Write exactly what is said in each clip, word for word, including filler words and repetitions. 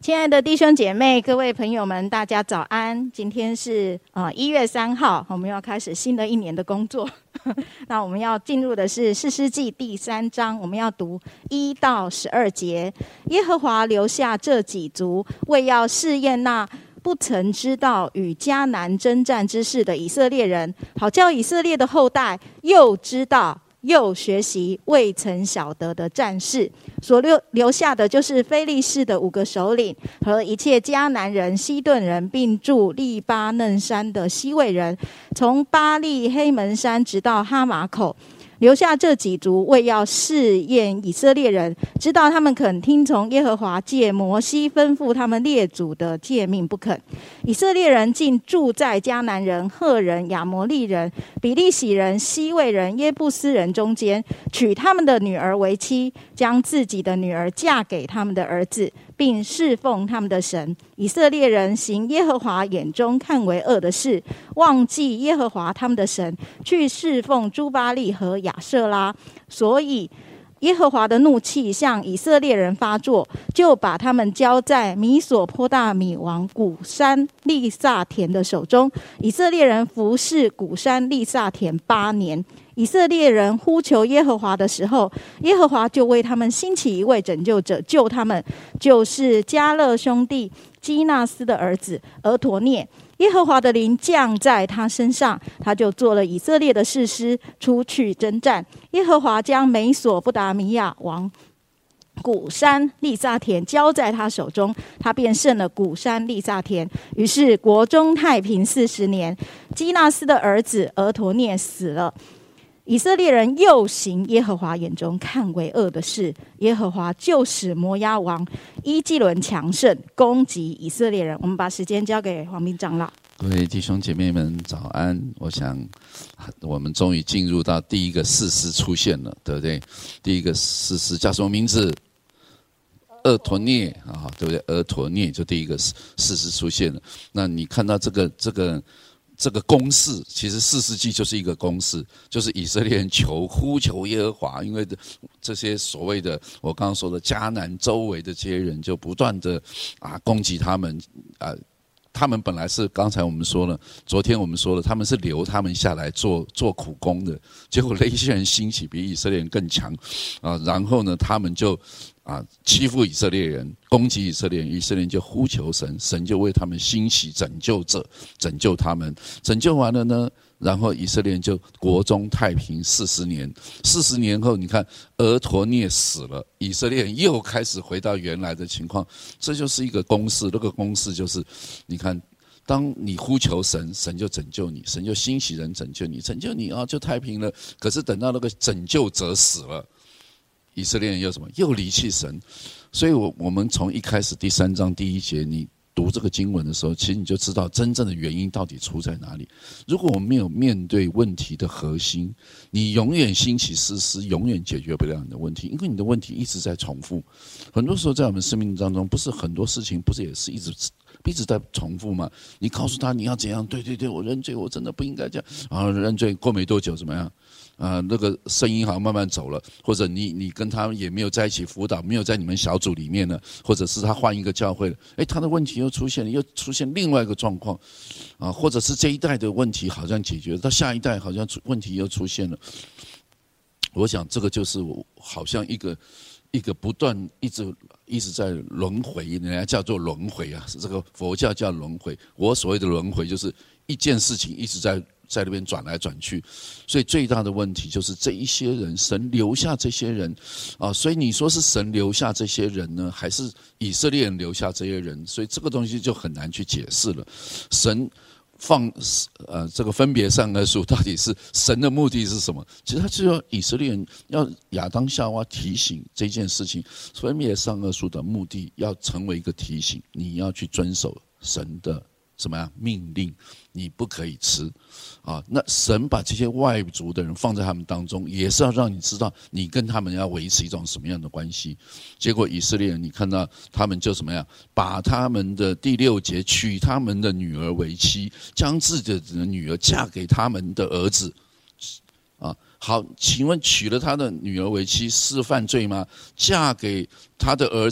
亲爱的弟兄姐妹，各位朋友们，大家早安！今天是呃一月三号，我们要开始新的一年的工作。那我们要进入的是士师记第三章，我们要读一到十二节。耶和华留下这几族，为要试验那不曾知道与迦南征战之事的以色列人，好叫以色列的后代又知道又学习未曾晓得的战事。所留留下的就是非利士的五个首领和一切迦南人、西顿人，并住利巴嫩山的西魏人，从巴利黑门山直到哈马口。留下这几族，为要试验以色列人，知道他们肯听从耶和华借摩西吩咐他们列祖的诫命不肯。以色列人竟住在迦南人、赫人、亚摩利人、比利洗人、西魏人、耶布斯人中间，娶他们的女儿为妻，将自己的女儿嫁给他们的儿子，并侍奉他们的神。以色列人行耶和华眼中看为恶的事，忘记耶和华他们的神，去侍奉诸巴力和亚舍拉，所以耶和华的怒气向以色列人发作，就把他们交在米索波大米王古珊利萨田的手中。以色列人服侍古珊利萨田八年。以色列人呼求耶和华的时候，耶和华就为他们兴起一位拯救者，救他们，就是迦勒兄弟基纳斯的儿子俄陀聶。耶和华的灵降在他身上，他就做了以色列的士师，出去征战。耶和华将美索不达米亚王古珊利萨田交在他手中，他便胜了古珊利萨田。于是国中太平四十年。基纳斯的儿子俄陀聶死了。以色列人又行耶和华眼中看为恶的事，耶和华就使摩押王伊基伦强盛，攻击以色列人。我们把时间交给黄斌长老。 各位弟兄姐妹们早安。我想我们终于进入到第一个士师出现了，对不对？第一个士师叫什么名字？俄陀聶啊，对不对？俄陀聶就第一个士师出现了。那你看到这个这个这个公式，其实士师记就是一个公式，就是以色列人求呼求耶和华，因为这些所谓的我刚刚说的迦南周围的这些人就不断的啊攻击他们啊。他们本来是刚才我们说了，昨天我们说了，他们是留他们下来做做苦工的，结果那些人兴起比以色列人更强啊，然后呢，他们就啊欺负以色列人，攻击以色列人，以色列人就呼求神，神就为他们兴起拯救者，拯救他们，拯救完了呢，然后以色列人就国中太平四十年。四十年后，你看俄陀聶死了，以色列人又开始回到原来的情况。这就是一个公式，那个公式就是，你看，当你呼求神，神就拯救你，神就兴起人拯救你，拯救你啊，就太平了。可是等到那个拯救者死了，以色列人又什么？又离弃神。所以我我们从一开始第三章第一节，你读这个经文的时候，其实你就知道真正的原因到底出在哪里。如果我们没有面对问题的核心，你永远兴起士师，永远解决不了你的问题，因为你的问题一直在重复。很多时候在我们生命当中，不是很多事情不是也是一直一直在重复吗？你告诉他你要怎样，对对对，我认罪，我真的不应该这样，然后认罪过没多久怎么样？啊、呃，那个声音好像慢慢走了，或者你你跟他也没有在一起辅导，没有在你们小组里面了，或者是他换一个教会了，哎，他的问题又出现了，又出现另外一个状况，啊，或者是这一代的问题好像解决了，到下一代好像问题又出现了。我想这个就是我好像一个一个不断一直一直在轮回，人家叫做轮回啊，是这个佛教叫轮回。我所谓的轮回就是一件事情一直在。在那边转来转去，所以最大的问题就是这一些人，神留下这些人啊，所以你说是神留下这些人呢，还是以色列人留下这些人？所以这个东西就很难去解释了。神放呃这个分别善恶树，到底是神的目的是什么？其实他就要以色列人，要亚当夏娃提醒这件事情，分别善恶树的目的要成为一个提醒，你要去遵守神的什么样命令，你不可以吃啊。那神把这些外族的人放在他们当中，也是要让你知道你跟他们要维持一种什么样的关系。结果以色列人你看到他们就什么样，把他们的第六节娶他们的女儿为妻，将自己的女儿嫁给他们的儿子啊。好，请问娶了他的女儿为妻是犯罪吗？嫁给他的儿子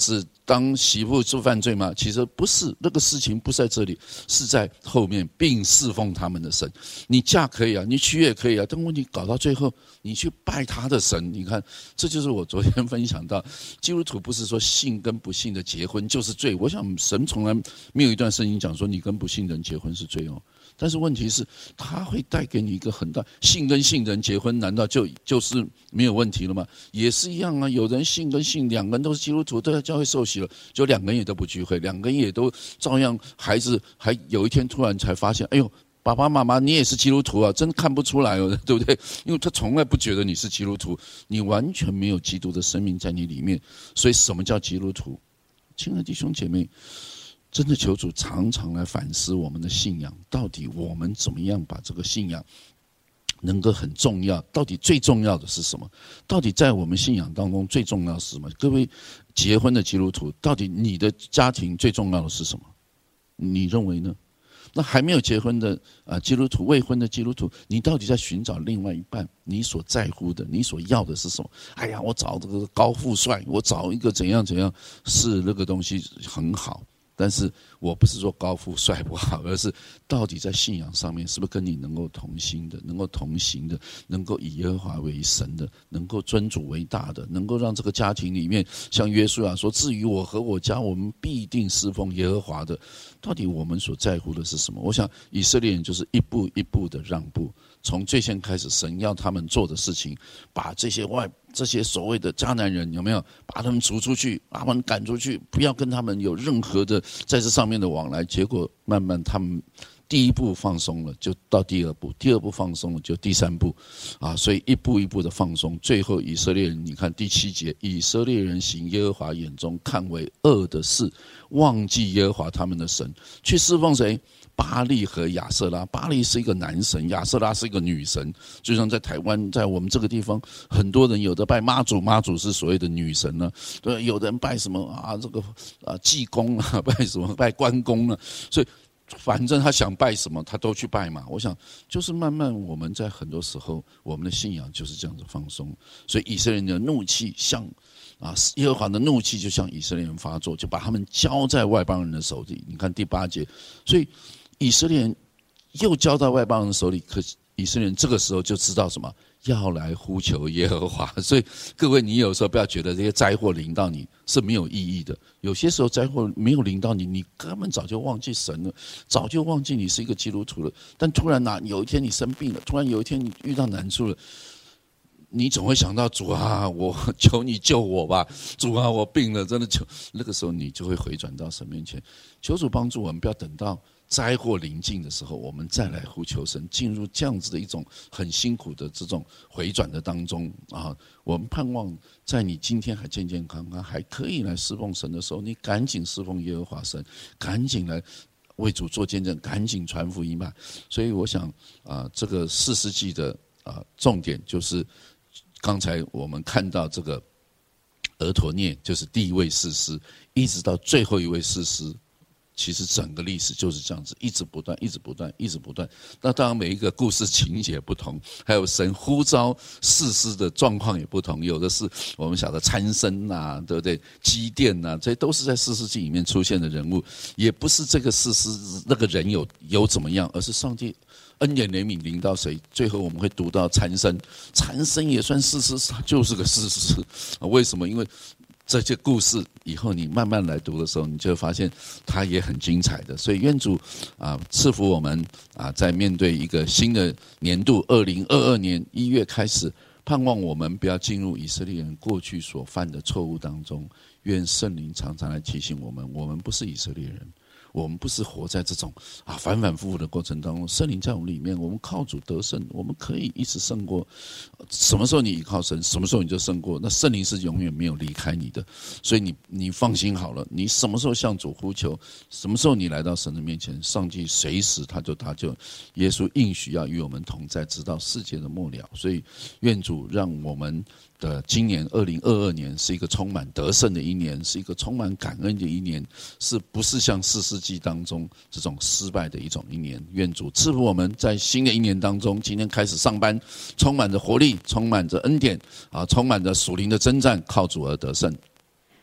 当媳妇是犯罪吗？其实不是，那个事情不在这里，是在后面，并侍奉他们的神。你嫁可以啊，你娶也可以啊，但问题搞到最后，你去拜他的神。你看，这就是我昨天分享到，基督徒不是说信跟不信的结婚就是罪。我想神从来没有一段圣经讲说你跟不信的人结婚是罪哦。但是问题是，他会带给你一个很大，信跟信人结婚，难道就就是没有问题了吗？也是一样啊，有人信跟信两个人都是基督徒，都在教会受洗了，就两个人也都不聚会，两个人也都照样，孩子还有一天突然才发现，哎呦，爸爸妈妈你也是基督徒啊，真看不出来哦，对不对？因为他从来不觉得你是基督徒，你完全没有基督的生命在你里面。所以什么叫基督徒？亲爱的弟兄姐妹，真的求主常常来反思我们的信仰，到底我们怎么样把这个信仰能够很重要，到底最重要的是什么？到底在我们信仰当中最重要的是什么？各位结婚的基督徒，到底你的家庭最重要的是什么？你认为呢？那还没有结婚的啊基督徒，未婚的基督徒，你到底在寻找另外一半？你所在乎的，你所要的是什么？哎呀，我找这个高富帅，我找一个怎样怎样，是那个东西很好。但是我不是说高富帅不好，而是到底在信仰上面是不是跟你能够同心的，能够同行的，能够以耶和华为神的，能够尊主为大的，能够让这个家庭里面像约书亚说，至于我和我家，我们必定侍奉耶和华的。到底我们所在乎的是什么？我想以色列人就是一步一步的让步，从最先开始神要他们做的事情，把这些外这些所谓的迦南人有没有把他们逐出去，把他们赶出去，不要跟他们有任何的在这上面的往来。结果慢慢他们第一步放松了，就到第二步，第二步放松了，就第三步啊，所以一步一步的放松，最后以色列人，你看第七节，以色列人行耶和华眼中看为恶的事，忘记耶和华他们的神，去侍奉谁？巴力和亚瑟拉。巴力是一个男神，亚瑟拉是一个女神。就像在台湾，在我们这个地方，很多人有的拜妈祖，妈祖是所谓的女神呢、啊，对，有的人拜什么啊，这个啊济公啊，拜什么拜关公啊，所以反正他想拜什么，他都去拜嘛。我想，就是慢慢我们在很多时候，我们的信仰就是这样子放松。所以以色列人的怒气像啊，耶和华的怒气就像以色列人发作，就把他们交在外邦人的手里。你看第八节，所以以色列人又交到外邦人手里，可是以色列人这个时候就知道什么？要来呼求耶和华。所以各位，你有时候不要觉得这些灾祸临到你是没有意义的。有些时候灾祸没有临到你，你根本早就忘记神了，早就忘记你是一个基督徒了。但突然哪、啊、有一天你生病了，突然有一天你遇到难处了，你总会想到主啊，我求你救我吧，主啊，我病了，真的求。那个时候你就会回转到神面前，求主帮助我们，不要等到灾祸临近的时候，我们再来呼求神，进入这样子的一种很辛苦的这种回转的当中啊。我们盼望在你今天还健健康康，还可以来侍奉神的时候，你赶紧侍奉耶和华神，赶紧来为主做见证，赶紧传福音吧。所以我想啊，这个士师记的啊重点就是刚才我们看到这个俄陀聶，就是第一位士师，一直到最后一位士师。其实整个历史就是这样子，一直不断，一直不断，一直不断。那当然每一个故事情节不同，还有神呼召士师的状况也不同。有的是我们晓得参孙呐，对不对？基甸呐，这些都是在士师记里面出现的人物，也不是这个士师那个人有有怎么样，而是上帝恩典怜悯临到谁。最后我们会读到参孙，参孙也算士师，他就是个士师。为什么？因为这些故事以后你慢慢来读的时候，你就会发现它也很精彩的。所以愿主啊赐福我们啊，在面对一个新的年度二零二二年一月开始，盼望我们不要进入以色列人过去所犯的错误当中。愿圣灵常常来提醒我们，我们不是以色列人，我们不是活在这种啊反反复复的过程当中。圣灵在我们里面，我们靠主得胜，我们可以一直胜过。什么时候你依靠神，什么时候你就胜过。那圣灵是永远没有离开你的，所以你你放心好了。你什么时候向主呼求，什么时候你来到神的面前，上帝随时他就他就耶稣应许要与我们同在，直到世界的末了。所以愿主让我们的今年二零二二年是一个充满得胜的一年，是一个充满感恩的一年，是不是像士师记当中这种失败的一种一年。愿主赐福我们在新的一年当中，今天开始上班，充满着活力，充满着恩典啊，充满着属灵的征战，靠主而得胜。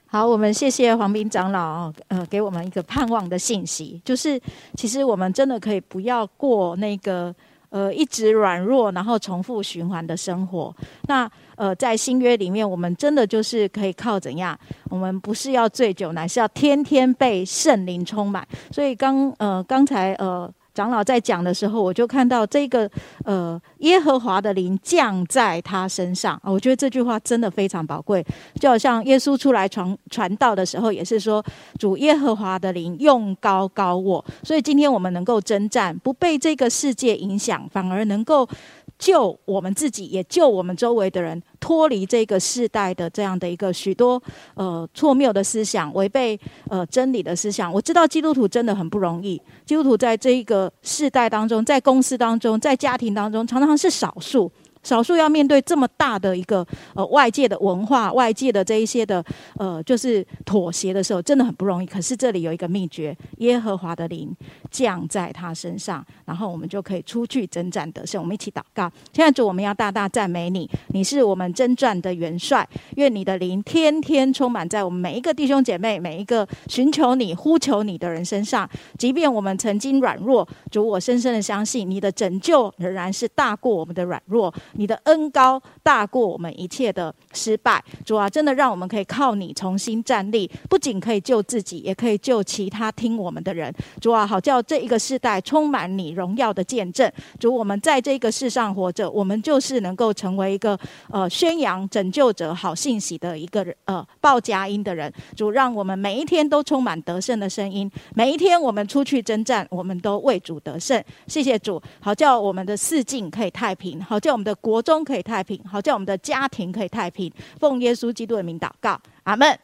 好，我们谢谢黄斌长老，呃，给我们一个盼望的信息，就是其实我们真的可以不要过那个呃一直软弱，然后重复循环的生活。那呃，在新约里面，我们真的就是可以靠怎样？我们不是要醉酒，乃是要天天被圣灵充满。所以刚呃刚才呃。长老在讲的时候，我就看到这个呃耶和华的灵降在他身上，我觉得这句话真的非常宝贵。就好像耶稣出来传传道的时候，也是说主耶和华的灵用膏膏我。所以今天我们能够征战，不被这个世界影响，反而能够救我们自己，也救我们周围的人，脱离这个世代的这样的一个许多呃错谬的思想，违背呃真理的思想。我知道基督徒真的很不容易，基督徒在这一个世代当中，在公司当中，在家庭当中，常常是少数。少数要面对这么大的一个呃外界的文化、外界的这一些的呃就是妥协的时候，真的很不容易。可是这里有一个秘诀，耶和华的灵降在他身上，然后我们就可以出去征战得胜。我们一起祷告。现在主，我们要大大赞美你，你是我们征战的元帅。愿你的灵天天充满在我们每一个弟兄姐妹、每一个寻求你、呼求你的人身上。即便我们曾经软弱，主，我深深的相信你的拯救仍然是大过我们的软弱。你的恩膏大过我们一切的失败，主啊，真的让我们可以靠你重新站立，不仅可以救自己，也可以救其他听我们的人。主啊，好叫这一个世代充满你荣耀的见证。主，我们在这个世上活着，我们就是能够成为一个呃宣扬拯救者好信息的一个呃报佳音的人。主，让我们每一天都充满得胜的声音，每一天我们出去征战，我们都为主得胜。谢谢主，好叫我们的四境可以太平，好叫我们的国中可以太平，好叫我们的家庭可以太平。奉耶稣基督的名祷告，阿们。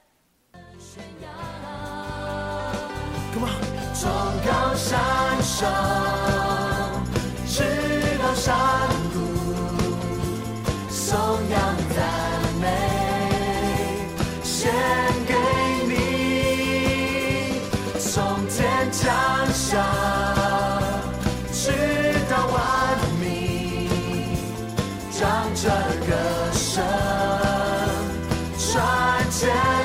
崇高山上，直到山谷，颂扬赞美，献给你，从天降下，直到万民，将这歌声传千。